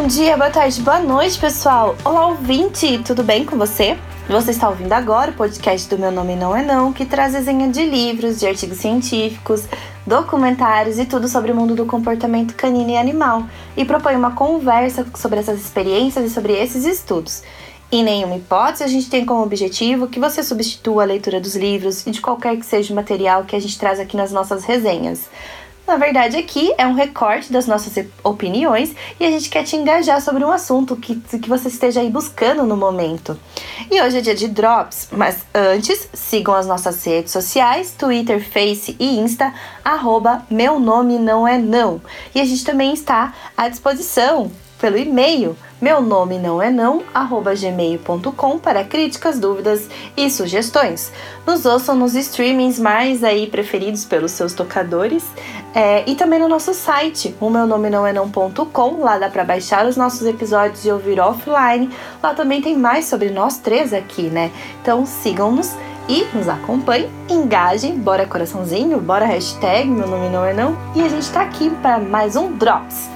Bom dia, boa tarde, boa noite, pessoal! Olá, ouvinte! Tudo bem com você? Você está ouvindo agora o podcast do Meu Nome Não É Não, que traz resenha de livros, de artigos científicos, documentários e tudo sobre o mundo do comportamento canino e animal, e propõe uma conversa sobre essas experiências e sobre esses estudos. Em nenhuma hipótese, a gente tem como objetivo que você substitua a leitura dos livros e de qualquer que seja o material que a gente traz aqui nas nossas resenhas. Na verdade, aqui é um recorte das nossas opiniões e a gente quer te engajar sobre um assunto que você esteja aí buscando no momento. E hoje é dia de Drops, mas antes, sigam as nossas redes sociais, Twitter, Face e Insta, @Meu Nome Não É Não. E a gente também está à disposição pelo e-mail meunomenãoenão@gmail.com para críticas, dúvidas e sugestões. Nos ouçam nos streamings mais aí preferidos pelos seus tocadores e também no nosso site, o meunomenãoenão.com. Lá dá para baixar os nossos episódios e ouvir offline. Lá também tem mais sobre nós três aqui, né? Então sigam-nos e nos acompanhem, engajem, bora coraçãozinho, bora hashtag Meu Nome Não É Não, e a gente tá aqui para mais um Drops.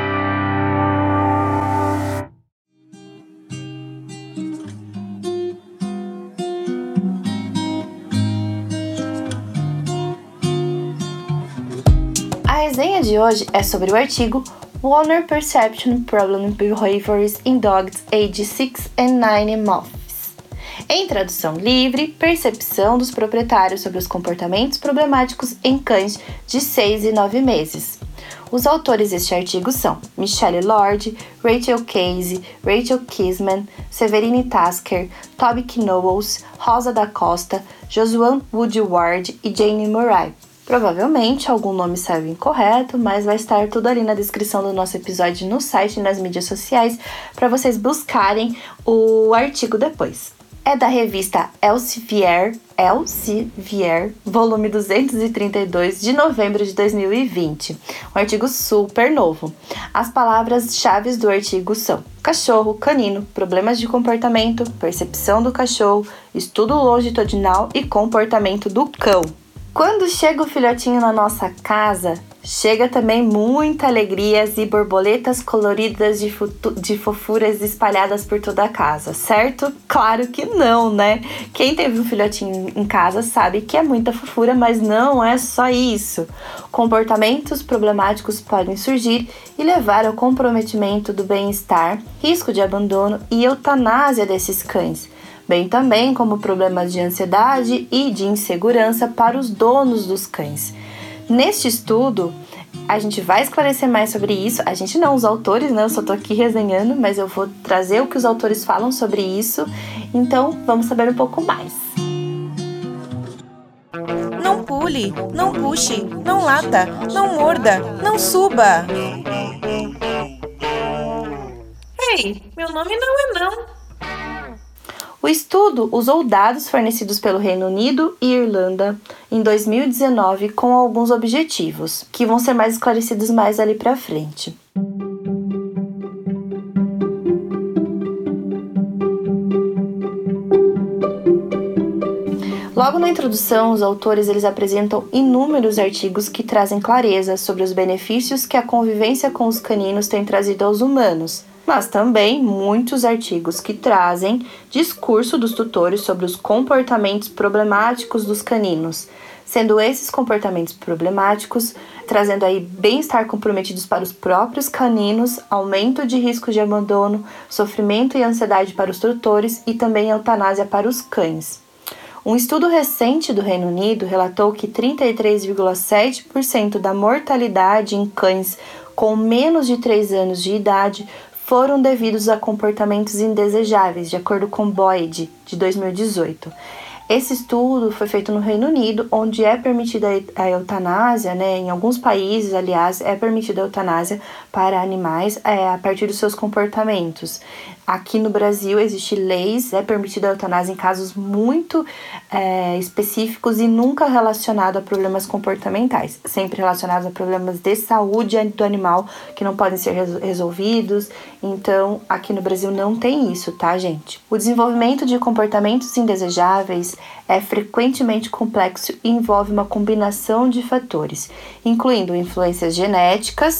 A resenha de hoje é sobre o artigo Owner Perception Problem Behaviors in Dogs Age 6 and 9 Months. Em tradução livre, percepção dos proprietários sobre os comportamentos problemáticos em cães de 6 e 9 meses. Os autores deste artigo são Michelle Lord, Rachel Casey, Rachel Kisman, Severine Tasker, Toby Knowles, Rosa da Costa, Josuan Woodward e Jane Murray. Provavelmente algum nome saiu incorreto, mas vai estar tudo ali na descrição do nosso episódio no site e nas mídias sociais para vocês buscarem o artigo depois. É da revista Elsevier, volume 232, de novembro de 2020. Um artigo super novo. As palavras-chave do artigo são cachorro, canino, problemas de comportamento, percepção do cachorro, estudo longitudinal e comportamento do cão. Quando chega o filhotinho na nossa casa, chega também muita alegrias e borboletas coloridas de fofuras espalhadas por toda a casa, certo? Claro que não, né? Quem teve um filhotinho em casa sabe que é muita fofura, mas não é só isso. Comportamentos problemáticos podem surgir e levar ao comprometimento do bem-estar, risco de abandono e eutanásia desses cães, bem também como problemas de ansiedade e de insegurança para os donos dos cães. Neste estudo, a gente vai esclarecer mais sobre isso. A gente não, os autores, né? Eu só tô aqui resenhando, mas eu vou trazer o que os autores falam sobre isso. Então, vamos saber um pouco mais. Não pule, não puxe, não lata, não morda, não suba. Ei, meu nome não é não. O estudo usou dados fornecidos pelo Reino Unido e Irlanda em 2019 com alguns objetivos, que vão ser mais esclarecidos mais ali para frente. Logo na introdução, os autores eles apresentam inúmeros artigos que trazem clareza sobre os benefícios que a convivência com os caninos tem trazido aos humanos, mas também muitos artigos que trazem discurso dos tutores sobre os comportamentos problemáticos dos caninos, sendo esses comportamentos problemáticos trazendo aí bem-estar comprometidos para os próprios caninos, aumento de risco de abandono, sofrimento e ansiedade para os tutores e também eutanásia para os cães. Um estudo recente do Reino Unido relatou que 33,7% da mortalidade em cães com menos de 3 anos de idade foram devidos a comportamentos indesejáveis, de acordo com Boyd, de 2018. Esse estudo foi feito no Reino Unido, onde é permitida a eutanásia, né? Em alguns países, aliás, é permitida a eutanásia para animais a partir dos seus comportamentos. Aqui no Brasil existem leis, é permitida a eutanásia em casos muito específicos e nunca relacionado a problemas comportamentais, sempre relacionados a problemas de saúde do animal que não podem ser resolvidos. Então, aqui no Brasil não tem isso, tá, gente? O desenvolvimento de comportamentos indesejáveis é frequentemente complexo e envolve uma combinação de fatores, incluindo influências genéticas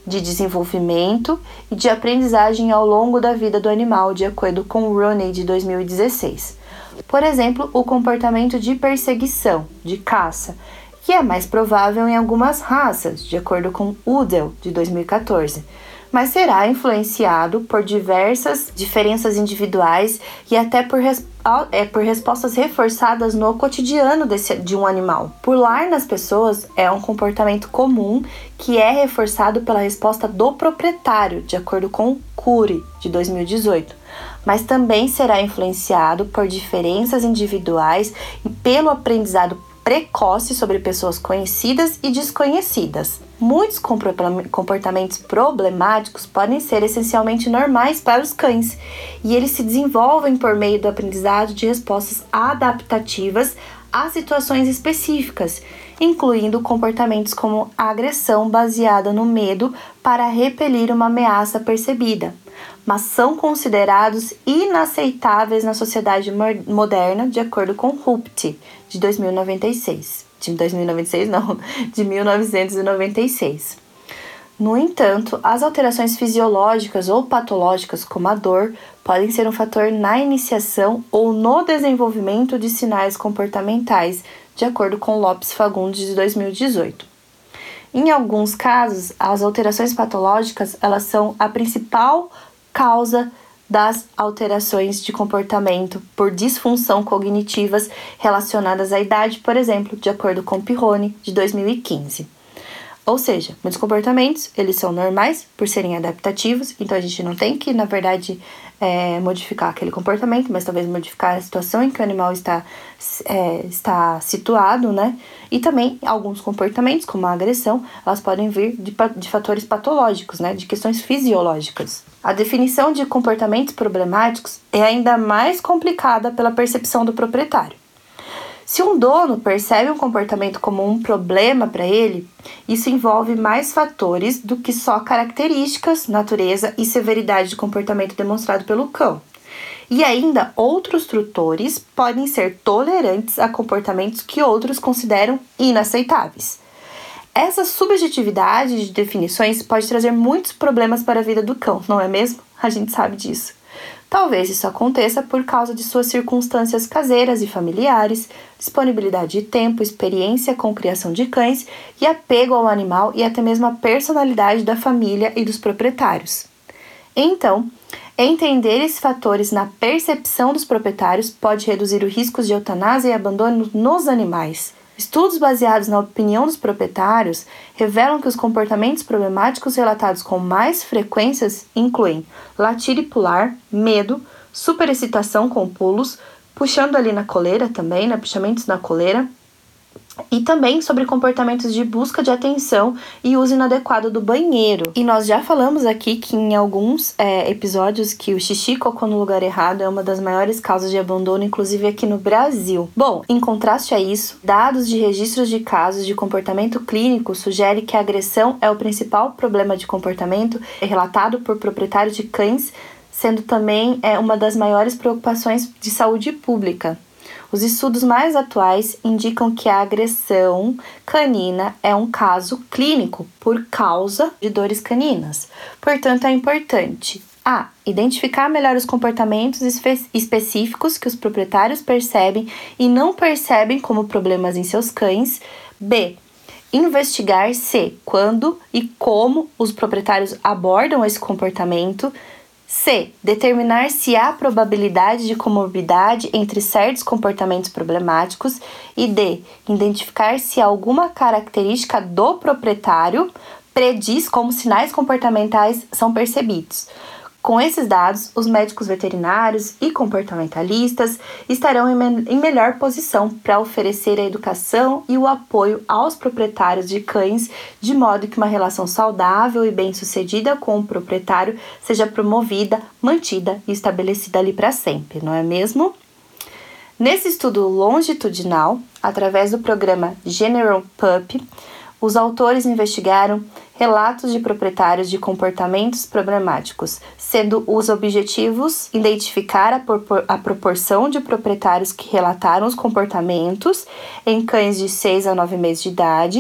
de desenvolvimento e de aprendizagem ao longo da vida do animal, de acordo com Rooney, de 2016. Por exemplo, o comportamento de perseguição, de caça, que é mais provável em algumas raças, de acordo com Udell, de 2014, mas será influenciado por diversas diferenças individuais e até por respostas reforçadas no cotidiano de um animal. Pular nas pessoas é um comportamento comum que é reforçado pela resposta do proprietário, de acordo com Curry, de 2018, mas também será influenciado por diferenças individuais e pelo aprendizado precoce sobre pessoas conhecidas e desconhecidas. Muitos comportamentos problemáticos podem ser essencialmente normais para os cães, e eles se desenvolvem por meio do aprendizado de respostas adaptativas a situações específicas, incluindo comportamentos como a agressão baseada no medo para repelir uma ameaça percebida, mas são considerados inaceitáveis na sociedade moderna, de acordo com Rupt, de 1996. De 1996. No entanto, as alterações fisiológicas ou patológicas, como a dor, podem ser um fator na iniciação ou no desenvolvimento de sinais comportamentais, de acordo com Lopes Fagundes, de 2018. Em alguns casos, as alterações patológicas elas são a principal causa das alterações de comportamento por disfunção cognitivas relacionadas à idade, por exemplo, de acordo com Pirroni, de 2015. Ou seja, muitos comportamentos, eles são normais por serem adaptativos, então a gente não tem que, na verdade, modificar aquele comportamento, mas talvez modificar a situação em que o animal está situado, né? E também alguns comportamentos, como a agressão, elas podem vir de fatores patológicos, né? De questões fisiológicas. A definição de comportamentos problemáticos é ainda mais complicada pela percepção do proprietário. Se um dono percebe um comportamento como um problema para ele, isso envolve mais fatores do que só características, natureza e severidade de comportamento demonstrado pelo cão. E ainda, outros tutores podem ser tolerantes a comportamentos que outros consideram inaceitáveis. Essa subjetividade de definições pode trazer muitos problemas para a vida do cão, não é mesmo? A gente sabe disso. Talvez isso aconteça por causa de suas circunstâncias caseiras e familiares, disponibilidade de tempo, experiência com criação de cães e apego ao animal e até mesmo a personalidade da família e dos proprietários. Então, entender esses fatores na percepção dos proprietários pode reduzir o risco de eutanásia e abandono nos animais. Estudos baseados na opinião dos proprietários revelam que os comportamentos problemáticos relatados com mais frequências incluem latir e pular, medo, superexcitação com pulos, puxando ali na coleira também, né, puxamentos na coleira, e também sobre comportamentos de busca de atenção e uso inadequado do banheiro. E nós já falamos aqui que em alguns episódios que o xixi e cocô no lugar errado é uma das maiores causas de abandono, inclusive aqui no Brasil. Bom, em contraste a isso, dados de registros de casos de comportamento clínico sugerem que a agressão é o principal problema de comportamento relatado por proprietários de cães, sendo também uma das maiores preocupações de saúde pública. Os estudos mais atuais indicam que a agressão canina é um caso clínico por causa de dores caninas. Portanto, é importante a. Identificar melhor os comportamentos específicos que os proprietários percebem e não percebem como problemas em seus cães. B. Investigar se, quando e como os proprietários abordam esse comportamento. C. Determinar se há probabilidade de comorbidade entre certos comportamentos problemáticos. E D. Identificar se alguma característica do proprietário prediz como sinais comportamentais são percebidos. Com esses dados, os médicos veterinários e comportamentalistas estarão em melhor posição para oferecer a educação e o apoio aos proprietários de cães, de modo que uma relação saudável e bem-sucedida com o proprietário seja promovida, mantida e estabelecida ali para sempre, não é mesmo? Nesse estudo longitudinal, através do programa General Pup, os autores investigaram relatos de proprietários de comportamentos problemáticos, sendo os objetivos identificar a proporção de proprietários que relataram os comportamentos em cães de 6 a 9 meses de idade,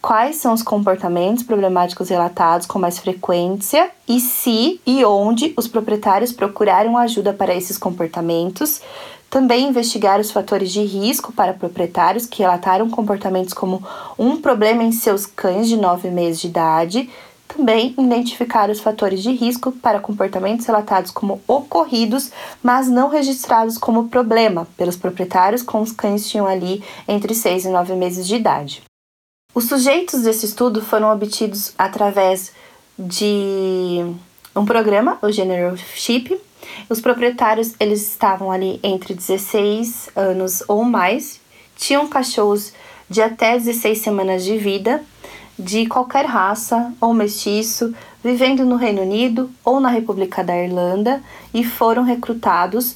quais são os comportamentos problemáticos relatados com mais frequência e se e onde os proprietários procuraram ajuda para esses comportamentos. Também investigar os fatores de risco para proprietários que relataram comportamentos como um problema em seus cães de 9 meses de idade. Também identificar os fatores de risco para comportamentos relatados como ocorridos, mas não registrados como problema pelos proprietários com os cães que tinham ali entre 6 e 9 meses de idade. Os sujeitos desse estudo foram obtidos através de um programa, o Generalship. Os proprietários, eles estavam ali entre 16 anos ou mais, tinham cachorros de até 16 semanas de vida, de qualquer raça ou mestiço, vivendo no Reino Unido ou na República da Irlanda, e foram recrutados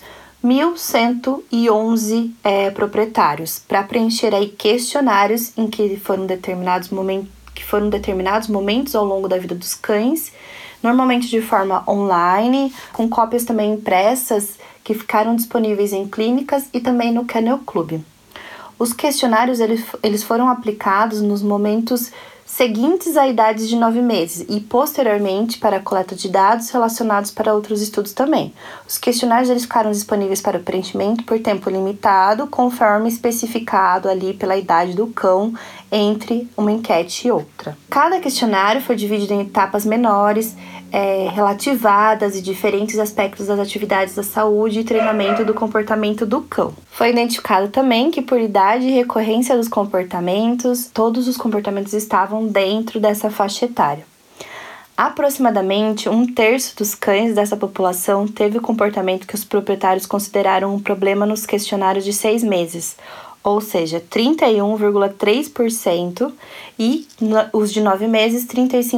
1.111 proprietários para preencher aí questionários em que foram determinados momentos ao longo da vida dos cães, normalmente de forma online, com cópias também impressas que ficaram disponíveis em clínicas e também no Kennel Club. Os questionários eles foram aplicados nos momentos seguintes à idade de 9 meses e posteriormente para a coleta de dados relacionados para outros estudos também. Os questionários eles ficaram disponíveis para preenchimento por tempo limitado, conforme especificado ali pela idade do cão entre uma enquete e outra. Cada questionário foi dividido em etapas menores, relativadas e diferentes aspectos das atividades da saúde e treinamento do comportamento do cão. Foi identificado também que por idade e recorrência dos comportamentos, todos os comportamentos estavam dentro dessa faixa etária. Aproximadamente 1/3 dos cães dessa população teve o comportamento que os proprietários consideraram um problema nos questionários de 6 meses, ou seja, 31,3%, e os de 9 meses,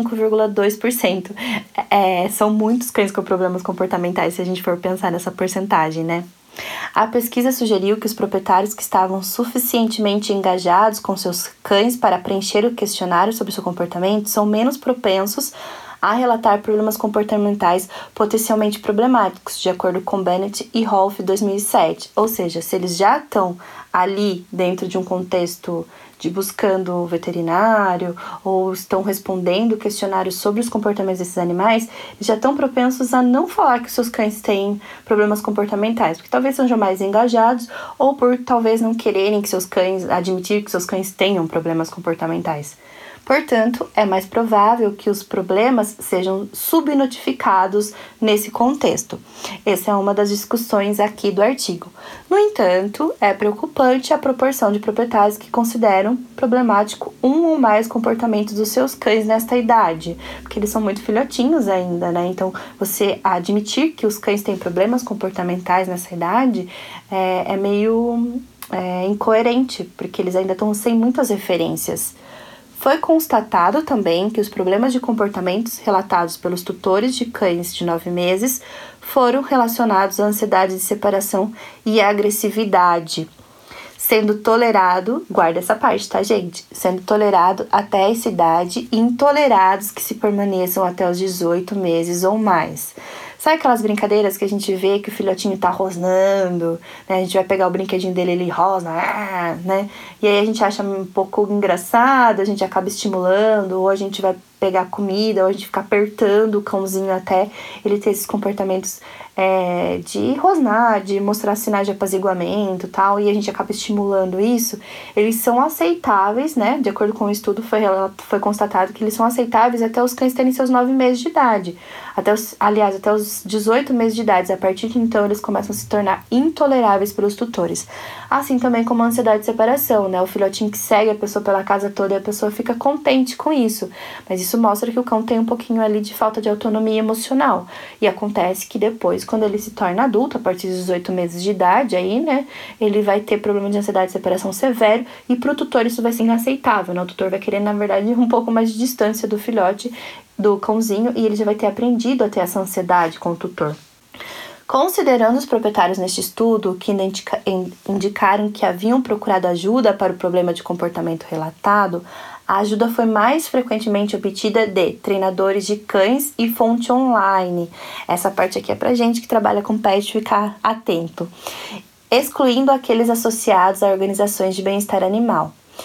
35,2%. São muitos cães com problemas comportamentais, se a gente for pensar nessa porcentagem, né? A pesquisa sugeriu que os proprietários que estavam suficientemente engajados com seus cães para preencher o questionário sobre seu comportamento são menos propensos a relatar problemas comportamentais potencialmente problemáticos, de acordo com Bennett e Rolfe 2007. Ou seja, se eles já estão ali dentro de um contexto de buscando veterinário ou estão respondendo questionários sobre os comportamentos desses animais, já estão propensos a não falar que os seus cães têm problemas comportamentais, porque talvez sejam mais engajados ou por talvez não quererem que seus cães, admitir que seus cães tenham problemas comportamentais. Portanto, é mais provável que os problemas sejam subnotificados nesse contexto. Essa é uma das discussões aqui do artigo. No entanto, é preocupante a proporção de proprietários que consideram problemático um ou mais comportamentos dos seus cães nesta idade, porque eles são muito filhotinhos ainda, né? Então, você admitir que os cães têm problemas comportamentais nessa idade é meio incoerente, porque eles ainda estão sem muitas referências. Foi constatado também que os problemas de comportamentos relatados pelos tutores de cães de 9 meses foram relacionados à ansiedade de separação e à agressividade, sendo tolerado, guarda essa parte, tá, gente? Sendo tolerado até essa idade e intolerados que se permaneçam até os 18 meses ou mais. Sabe aquelas brincadeiras que a gente vê que o filhotinho tá rosnando, né? A gente vai pegar o brinquedinho dele, ele rosna, né? E aí a gente acha um pouco engraçado, a gente acaba estimulando, ou a gente vai pegar comida, ou a gente fica apertando o cãozinho até ele ter esses comportamentos de rosnar, de mostrar sinais de apaziguamento e tal, e a gente acaba estimulando isso. Eles são aceitáveis, né? De acordo com o estudo, foi constatado que eles são aceitáveis até os cães terem seus 9 meses de idade. Até os 18 meses de idade. A partir de então, eles começam a se tornar intoleráveis pelos tutores. Assim também como a ansiedade de separação, né? O filhotinho que segue a pessoa pela casa toda e a pessoa fica contente com isso. Mas isso mostra que o cão tem um pouquinho ali de falta de autonomia emocional. E acontece que depois, quando ele se torna adulto, a partir dos 18 meses de idade, aí, né? Ele vai ter problema de ansiedade de separação severo e pro tutor isso vai ser inaceitável, né? O tutor vai querer, na verdade, um pouco mais de distância do filhote, do cãozinho, e ele já vai ter aprendido a ter essa ansiedade com o tutor. Considerando os proprietários neste estudo que indicaram que haviam procurado ajuda para o problema de comportamento relatado, a ajuda foi mais frequentemente obtida de treinadores de cães e fonte online. Essa parte aqui é pra gente que trabalha com pet ficar atento. Excluindo aqueles associados a organizações de bem-estar animal.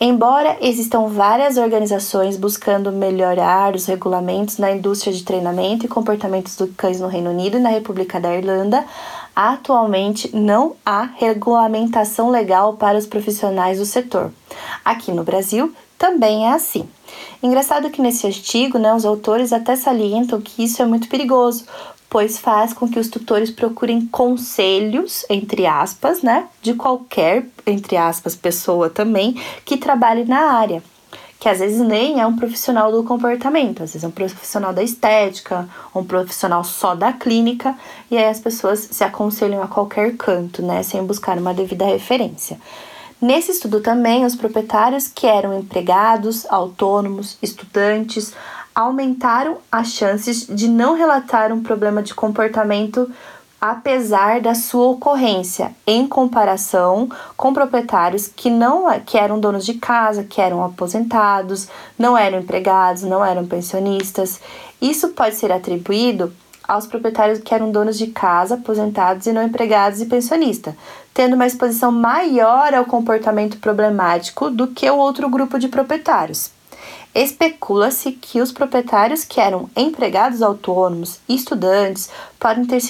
Embora existam várias organizações buscando melhorar os regulamentos na indústria de treinamento e comportamentos dos cães no Reino Unido e na República da Irlanda, atualmente não há regulamentação legal para os profissionais do setor. Aqui no Brasil também é assim. Engraçado que nesse artigo, os autores até salientam que isso é muito perigoso, pois faz com que os tutores procurem conselhos, entre aspas, de qualquer, entre aspas, pessoa também, que trabalhe na área, que às vezes nem é um profissional do comportamento, às vezes é um profissional da estética, um profissional só da clínica, e aí as pessoas se aconselham a qualquer canto, sem buscar uma devida referência. Nesse estudo também, os proprietários que eram empregados, autônomos, estudantes, aumentaram as chances de não relatar um problema de comportamento apesar da sua ocorrência, em comparação com proprietários que eram donos de casa, que eram aposentados, não eram empregados, não eram pensionistas. Isso pode ser atribuído aos proprietários que eram donos de casa, aposentados e não empregados e pensionistas, tendo uma exposição maior ao comportamento problemático do que o outro grupo de proprietários. Especula-se que os proprietários que eram empregados autônomos e estudantes podem ter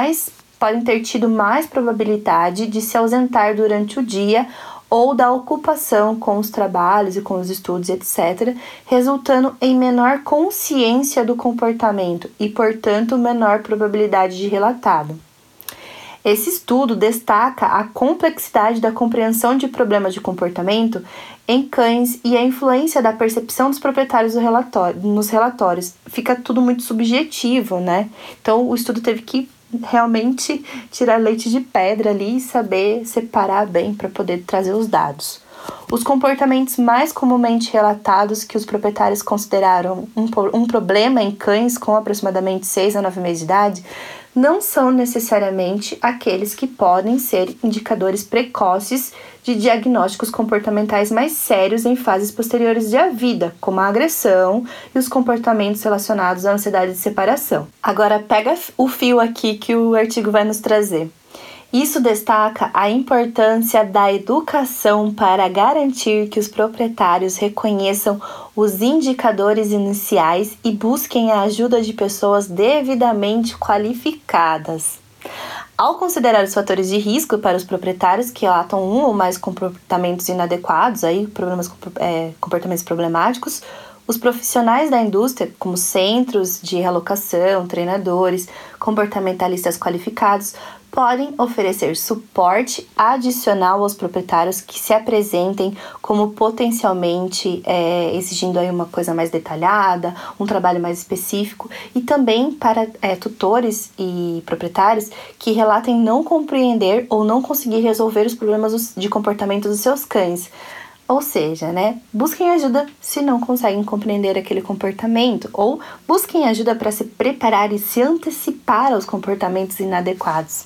tido mais probabilidade de se ausentar durante o dia ou da ocupação com os trabalhos e com os estudos, etc., resultando em menor consciência do comportamento e, portanto, menor probabilidade de relatado. Esse estudo destaca a complexidade da compreensão de problemas de comportamento em cães e a influência da percepção dos proprietários nos relatórios. Fica tudo muito subjetivo, Então, o estudo teve que realmente tirar leite de pedra ali e saber separar bem para poder trazer os dados. Os comportamentos mais comumente relatados que os proprietários consideraram um problema em cães com aproximadamente 6 a 9 meses de idade não são necessariamente aqueles que podem ser indicadores precoces de diagnósticos comportamentais mais sérios em fases posteriores da vida, como a agressão e os comportamentos relacionados à ansiedade de separação. Agora pega o fio aqui que o artigo vai nos trazer. Isso destaca a importância da educação para garantir que os proprietários reconheçam os indicadores iniciais e busquem a ajuda de pessoas devidamente qualificadas. Ao considerar os fatores de risco para os proprietários que relatam um ou mais comportamentos inadequados, comportamentos problemáticos, os profissionais da indústria, como centros de realocação, treinadores, comportamentalistas qualificados, podem oferecer suporte adicional aos proprietários que se apresentem como potencialmente exigindo aí uma coisa mais detalhada, um trabalho mais específico, e também para tutores e proprietários que relatem não compreender ou não conseguir resolver os problemas de comportamento dos seus cães. Ou seja, busquem ajuda se não conseguem compreender aquele comportamento, ou busquem ajuda para se preparar e se antecipar aos comportamentos inadequados.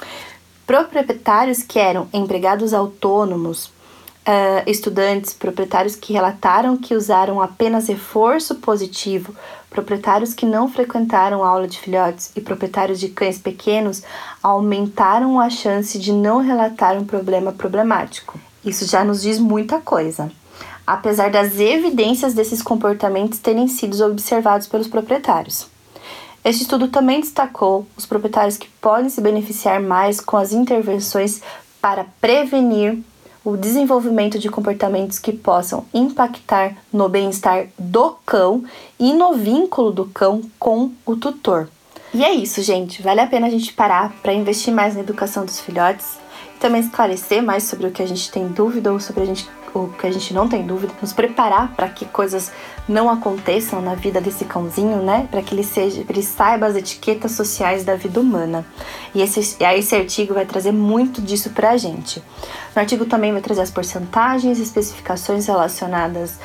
Proprietários que eram empregados autônomos, estudantes, proprietários que relataram que usaram apenas reforço positivo, proprietários que não frequentaram aula de filhotes e proprietários de cães pequenos aumentaram a chance de não relatar um problema problemático. Isso já nos diz muita coisa, apesar das evidências desses comportamentos terem sido observados pelos proprietários. Este estudo também destacou os proprietários que podem se beneficiar mais com as intervenções para prevenir o desenvolvimento de comportamentos que possam impactar no bem-estar do cão e no vínculo do cão com o tutor. E é isso, gente. Vale a pena a gente parar para investir mais na educação dos filhotes, também esclarecer mais sobre o que a gente tem dúvida ou sobre o que a gente não tem dúvida, nos preparar para que coisas não aconteçam na vida desse cãozinho, para que ele saiba as etiquetas sociais da vida humana. E esse artigo vai trazer muito disso para a gente. No artigo também vai trazer as porcentagens e especificações relacionadas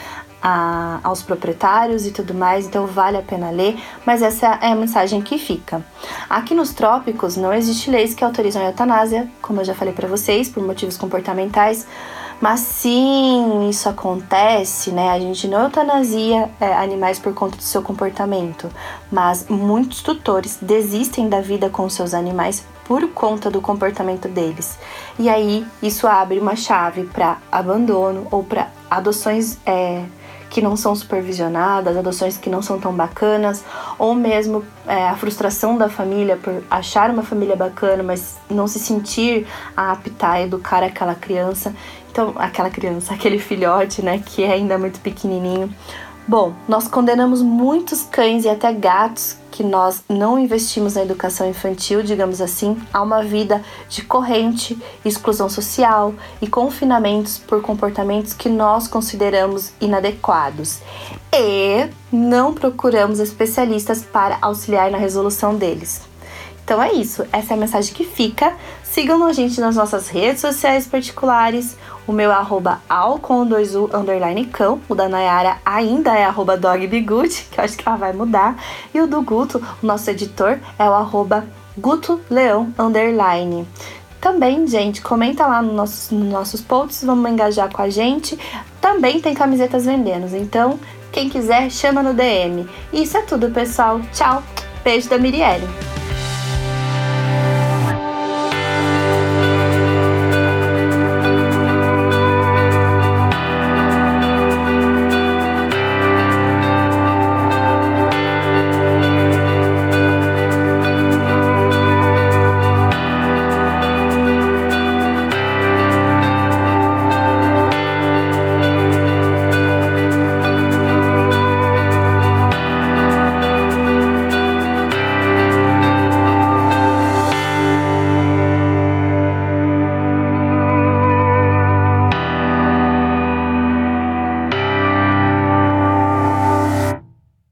aos proprietários e tudo mais, então vale a pena ler, mas essa é a mensagem que fica. Aqui nos trópicos não existe leis que autorizam a eutanásia, como eu já falei para vocês, por motivos comportamentais, Mas sim, isso acontece, né? A gente não eutanasia animais por conta do seu comportamento, mas muitos tutores desistem da vida com seus animais por conta do comportamento deles. E aí, isso abre uma chave para abandono ou para adoções que não são supervisionadas, adoções que não são tão bacanas, ou mesmo a frustração da família por achar uma família bacana, mas não se sentir apta a educar aquela criança. Então, aquele filhote, né, que é ainda muito pequenininho. Bom, nós condenamos muitos cães e até gatos que nós não investimos na educação infantil, digamos assim, a uma vida de corrente, exclusão social e confinamentos por comportamentos que nós consideramos inadequados. E não procuramos especialistas para auxiliar na resolução deles. Então é isso, essa é a mensagem que fica. Sigam a gente nas nossas redes sociais particulares. O meu é @al_com_2u_cão. O da Nayara ainda é @dogbegood, que eu acho que ela vai mudar. E o do Guto, o nosso editor, é o @gutoleão_. Também, gente, comenta lá nos nossos posts, vamos engajar com a gente. Também tem camisetas vendendo, então quem quiser chama no DM. E isso é tudo, pessoal. Tchau, beijo da Mirielle.